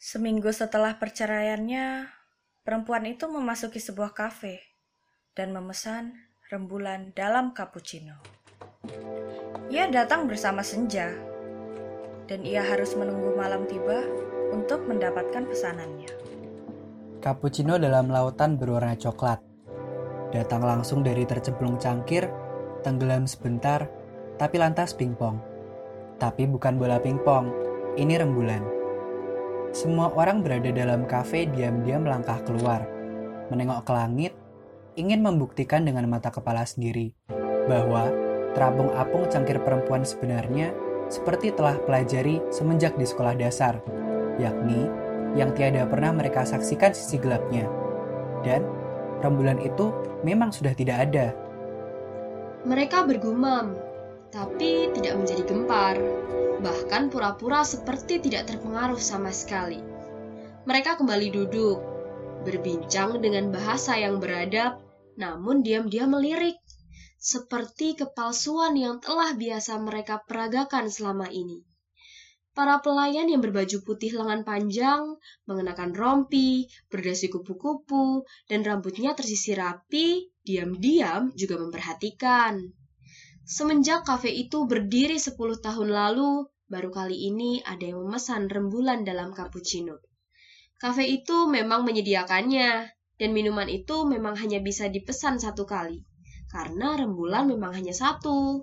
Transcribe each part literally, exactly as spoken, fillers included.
Seminggu setelah perceraiannya, perempuan itu memasuki sebuah kafe dan memesan rembulan dalam cappuccino. Ia datang bersama senja, dan ia harus menunggu malam tiba untuk mendapatkan pesanannya. Cappuccino dalam lautan berwarna coklat. Datang langsung dari tercemplung cangkir, tenggelam sebentar, tapi lantas pingpong. Tapi bukan bola pingpong, ini rembulan. Semua orang berada dalam kafe diam-diam melangkah keluar, menengok ke langit, ingin membuktikan dengan mata kepala sendiri bahwa terapung-apung cangkir perempuan sebenarnya seperti telah pelajari semenjak di sekolah dasar, yakni yang tiada pernah mereka saksikan sisi gelapnya. Dan rembulan itu memang sudah tidak ada. Mereka bergumam, tapi tidak menjadi gempar, bahkan pura-pura seperti tidak terpengaruh sama sekali. Mereka kembali duduk, berbincang dengan bahasa yang beradab, namun diam-diam melirik, seperti kepalsuan yang telah biasa mereka peragakan selama ini. Para pelayan yang berbaju putih lengan panjang, mengenakan rompi, berdasi kupu-kupu, dan rambutnya tersisir rapi, diam-diam juga memperhatikan. Semenjak kafe itu berdiri sepuluh tahun lalu, baru kali ini ada yang memesan rembulan dalam cappuccino. Kafe itu memang menyediakannya, dan minuman itu memang hanya bisa dipesan satu kali, karena rembulan memang hanya satu.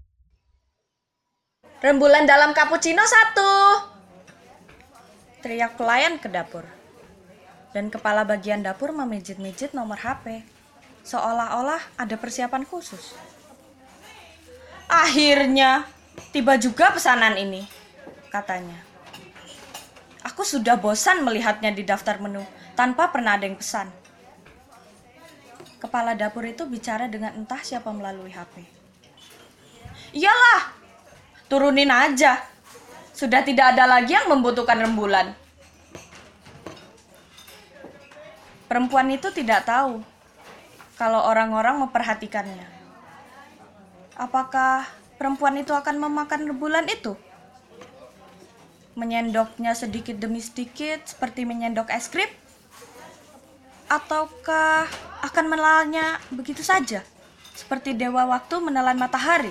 Rembulan dalam cappuccino satu! Teriak pelayan ke dapur. Dan kepala bagian dapur memijit-mijit nomor H P, seolah-olah ada persiapan khusus. Akhirnya, tiba juga pesanan ini, katanya. Aku sudah bosan melihatnya di daftar menu, tanpa pernah ada yang pesan. Kepala dapur itu bicara dengan entah siapa melalui H P. Iyalah, turunin aja. Sudah tidak ada lagi yang membutuhkan rembulan. Perempuan itu tidak tahu kalau orang-orang memperhatikannya. Apakah perempuan itu akan memakan rembulan itu? Menyendoknya sedikit demi sedikit seperti menyendok es krim? Ataukah akan menelannya begitu saja, seperti dewa waktu menelan matahari?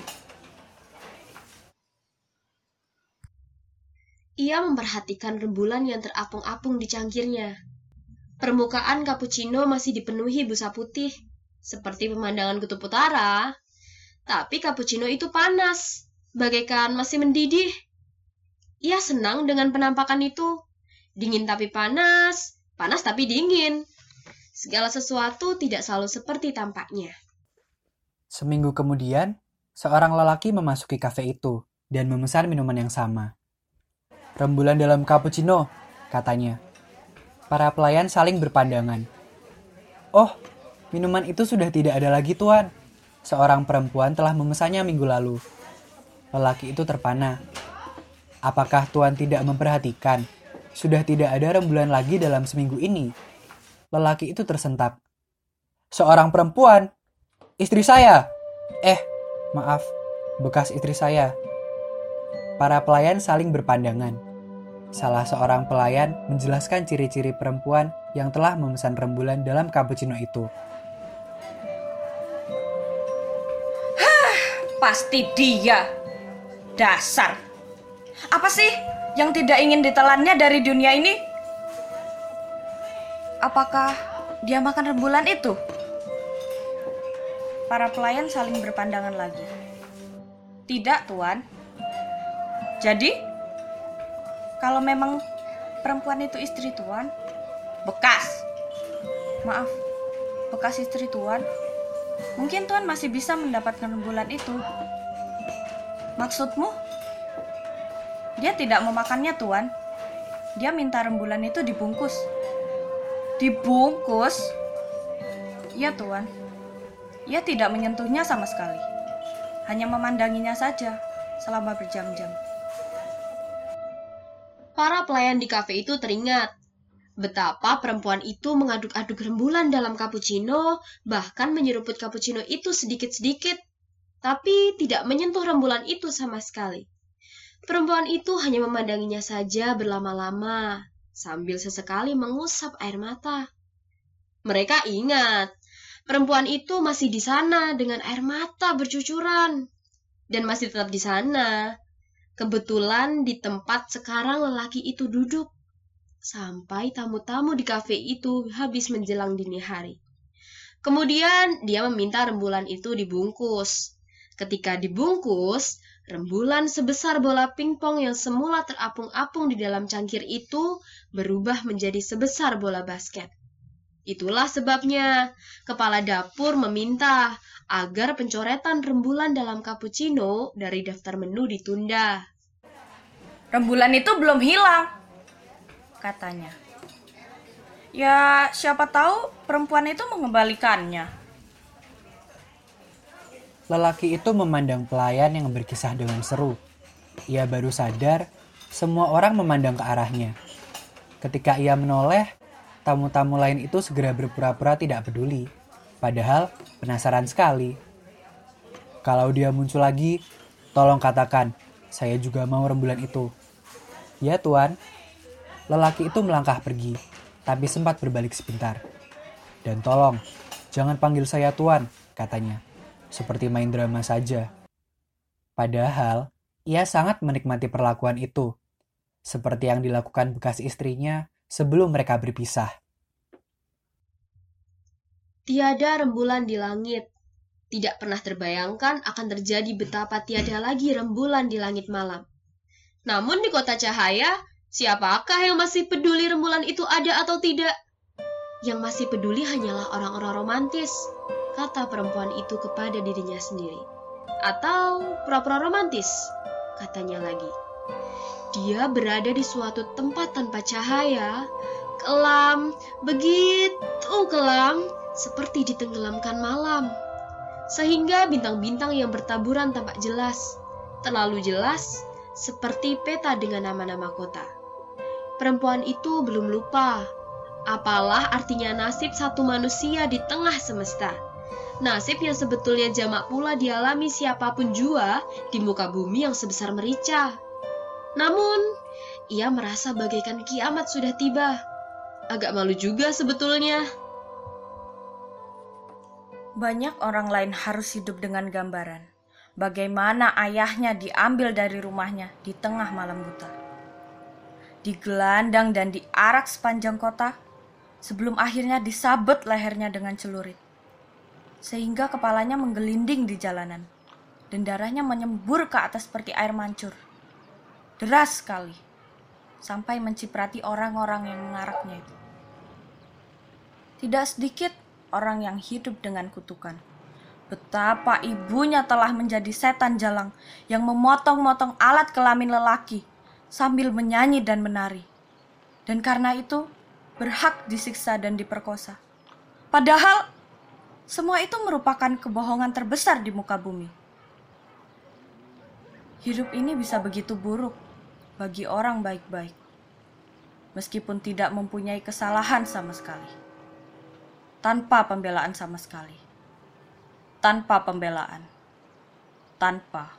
Ia memperhatikan rembulan yang terapung-apung di cangkirnya. Permukaan cappuccino masih dipenuhi busa putih, seperti pemandangan kutub utara. Tapi cappuccino itu panas, bagaikan masih mendidih. Ia senang dengan penampakan itu. Dingin tapi panas, panas tapi dingin. Segala sesuatu tidak selalu seperti tampaknya. Seminggu kemudian, seorang lelaki memasuki kafe itu dan memesan minuman yang sama. Rembulan dalam cappuccino, katanya. Para pelayan saling berpandangan. Oh, minuman itu sudah tidak ada lagi, Tuan. Seorang perempuan telah memesannya minggu lalu. Lelaki itu terpana. Apakah Tuan tidak memperhatikan? Sudah tidak ada rembulan lagi dalam seminggu ini. Lelaki itu tersentak. Seorang perempuan? Istri saya? Eh, maaf, bekas istri saya. Para pelayan saling berpandangan. Salah seorang pelayan menjelaskan ciri-ciri perempuan yang telah memesan rembulan dalam cappuccino itu. Pasti dia. Dasar. Apa sih yang tidak ingin ditelannya dari dunia ini? Apakah dia makan rembulan itu? Para pelayan saling berpandangan lagi. Tidak, Tuan. Jadi, kalau memang perempuan itu istri Tuan, bekas. Maaf, bekas istri Tuan, mungkin Tuan masih bisa mendapatkan rembulan itu. Maksudmu? Dia tidak memakannya, Tuan. Dia minta rembulan itu dibungkus. Dibungkus? Iya, Tuan. Ia tidak menyentuhnya sama sekali. Hanya memandanginya saja selama berjam-jam. Para pelayan di kafe itu teringat betapa perempuan itu mengaduk-aduk rembulan dalam cappuccino, bahkan menyeruput cappuccino itu sedikit-sedikit, tapi tidak menyentuh rembulan itu sama sekali. Perempuan itu hanya memandanginya saja berlama-lama, sambil sesekali mengusap air mata. Mereka ingat, perempuan itu masih di sana dengan air mata bercucuran. Dan masih tetap di sana. Kebetulan di tempat sekarang lelaki itu duduk. Sampai tamu-tamu di kafe itu habis menjelang dini hari. Kemudian dia meminta rembulan itu dibungkus. Ketika dibungkus, rembulan sebesar bola pingpong yang semula terapung-apung di dalam cangkir itu berubah menjadi sebesar bola basket. Itulah sebabnya kepala dapur meminta agar pencoretan rembulan dalam cappuccino dari daftar menu ditunda. Rembulan itu belum hilang, katanya. Ya, siapa tahu perempuan itu mengembalikannya. Lelaki itu memandang pelayan yang berkisah dengan seru. Ia baru sadar semua orang memandang ke arahnya. Ketika ia menoleh, tamu-tamu lain itu segera berpura-pura tidak peduli. Padahal penasaran sekali. Kalau dia muncul lagi, tolong katakan, saya juga mau rembulan itu. Ya tuan. Lelaki itu melangkah pergi, tapi sempat berbalik sebentar. Dan tolong, jangan panggil saya tuan, katanya. Seperti main drama saja. Padahal, ia sangat menikmati perlakuan itu. Seperti yang dilakukan bekas istrinya sebelum mereka berpisah. Tiada rembulan di langit. Tidak pernah terbayangkan akan terjadi betapa tiada lagi rembulan di langit malam. Namun di kota cahaya, siapakah yang masih peduli rembulan itu ada atau tidak? Yang masih peduli hanyalah orang-orang romantis, kata perempuan itu kepada dirinya sendiri. Atau pura-pura romantis, katanya lagi. Dia berada di suatu tempat tanpa cahaya, kelam, begitu kelam, seperti ditenggelamkan malam. Sehingga bintang-bintang yang bertaburan tampak jelas, terlalu jelas, seperti peta dengan nama-nama kota. Perempuan itu belum lupa, apalah artinya nasib satu manusia di tengah semesta. Nasib yang sebetulnya jamak pula dialami siapapun jua di muka bumi yang sebesar merica. Namun, ia merasa bagaikan kiamat sudah tiba. Agak malu juga sebetulnya. Banyak orang lain harus hidup dengan gambaran bagaimana ayahnya diambil dari rumahnya di tengah malam buta. Digelandang dan diarak sepanjang kota sebelum akhirnya disabet lehernya dengan celurit. Sehingga kepalanya menggelinding di jalanan dan darahnya menyembur ke atas seperti air mancur. Deras sekali, sampai menciprati orang-orang yang mengaraknya itu. Tidak sedikit orang yang hidup dengan kutukan. Betapa ibunya telah menjadi setan jalang yang memotong-motong alat kelamin lelaki sambil menyanyi dan menari. Dan karena itu berhak disiksa dan diperkosa. Padahal semua itu merupakan kebohongan terbesar di muka bumi. Hidup ini bisa begitu buruk bagi orang baik-baik, meskipun tidak mempunyai kesalahan sama sekali. Tanpa pembelaan sama sekali. Tanpa pembelaan. Tanpa.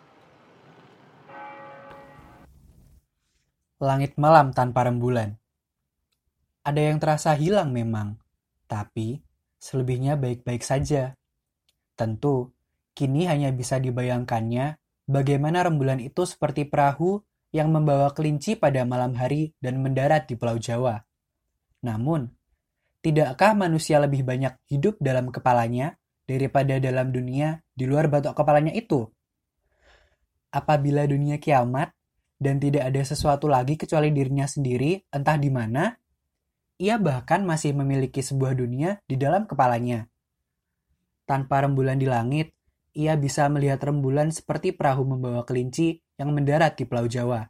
Langit malam tanpa rembulan. Ada yang terasa hilang memang, tapi selebihnya baik-baik saja. Tentu, kini hanya bisa dibayangkannya bagaimana rembulan itu seperti perahu yang membawa kelinci pada malam hari dan mendarat di Pulau Jawa. Namun, tidakkah manusia lebih banyak hidup dalam kepalanya daripada dalam dunia di luar batok kepalanya itu? Apabila dunia kiamat dan tidak ada sesuatu lagi kecuali dirinya sendiri, entah di mana, ia bahkan masih memiliki sebuah dunia di dalam kepalanya. Tanpa rembulan di langit, ia bisa melihat rembulan seperti perahu membawa kelinci yang mendarat di Pulau Jawa.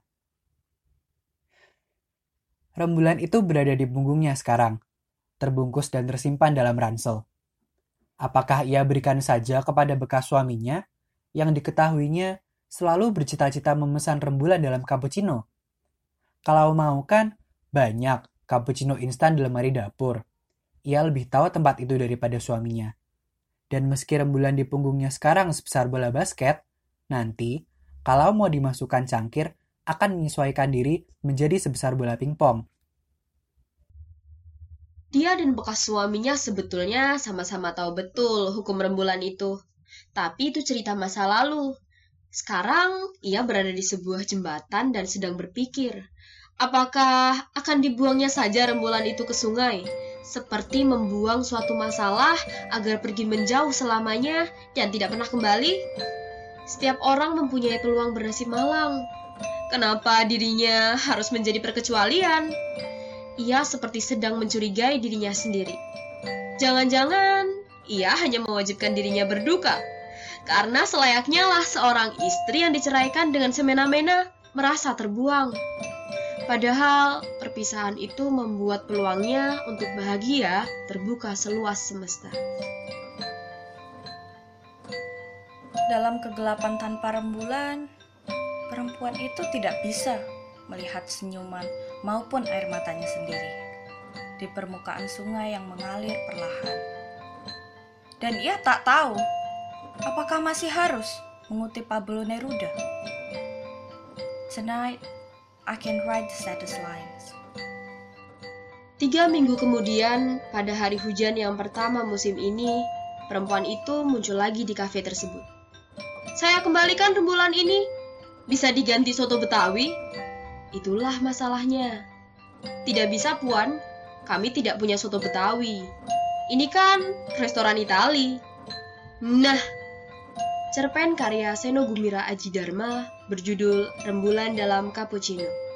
Rembulan itu berada di punggungnya sekarang, terbungkus dan tersimpan dalam ransel. Apakah ia berikan saja kepada bekas suaminya yang diketahuinya selalu bercita-cita memesan rembulan dalam cappuccino? Kalau mau kan, banyak cappuccino instan di lemari dapur. Ia lebih tahu tempat itu daripada suaminya. Dan meski rembulan di punggungnya sekarang sebesar bola basket, nanti kalau mau dimasukkan cangkir akan menyesuaikan diri menjadi sebesar bola pingpong. Dia dan bekas suaminya sebetulnya sama-sama tahu betul hukum rembulan itu. Tapi itu cerita masa lalu. Sekarang ia berada di sebuah jembatan dan sedang berpikir, apakah akan dibuangnya saja rembulan itu ke sungai, seperti membuang suatu masalah agar pergi menjauh selamanya dan tidak pernah kembali? Setiap orang mempunyai peluang bernasib malang. Kenapa dirinya harus menjadi perkecualian? Ia seperti sedang mencurigai dirinya sendiri. Jangan-jangan ia hanya mewajibkan dirinya berduka, karena selayaknya lah seorang istri yang diceraikan dengan semena-mena merasa terbuang. Padahal perpisahan itu membuat peluangnya untuk bahagia terbuka seluas semesta. Dalam kegelapan tanpa rembulan, perempuan itu tidak bisa melihat senyuman maupun air matanya sendiri di permukaan sungai yang mengalir perlahan. Dan ia tak tahu apakah masih harus mengutip Pablo Neruda. Tonight, I can write the saddest lines. Tiga minggu kemudian, pada hari hujan yang pertama musim ini, perempuan itu muncul lagi di kafe tersebut. Saya kembalikan rembulan ini, bisa diganti soto Betawi? Itulah masalahnya. Tidak bisa, Puan, kami tidak punya soto Betawi. Ini kan restoran Itali. Nah, cerpen karya Seno Gumira Aji Dharma berjudul Rembulan dalam Cappuccino.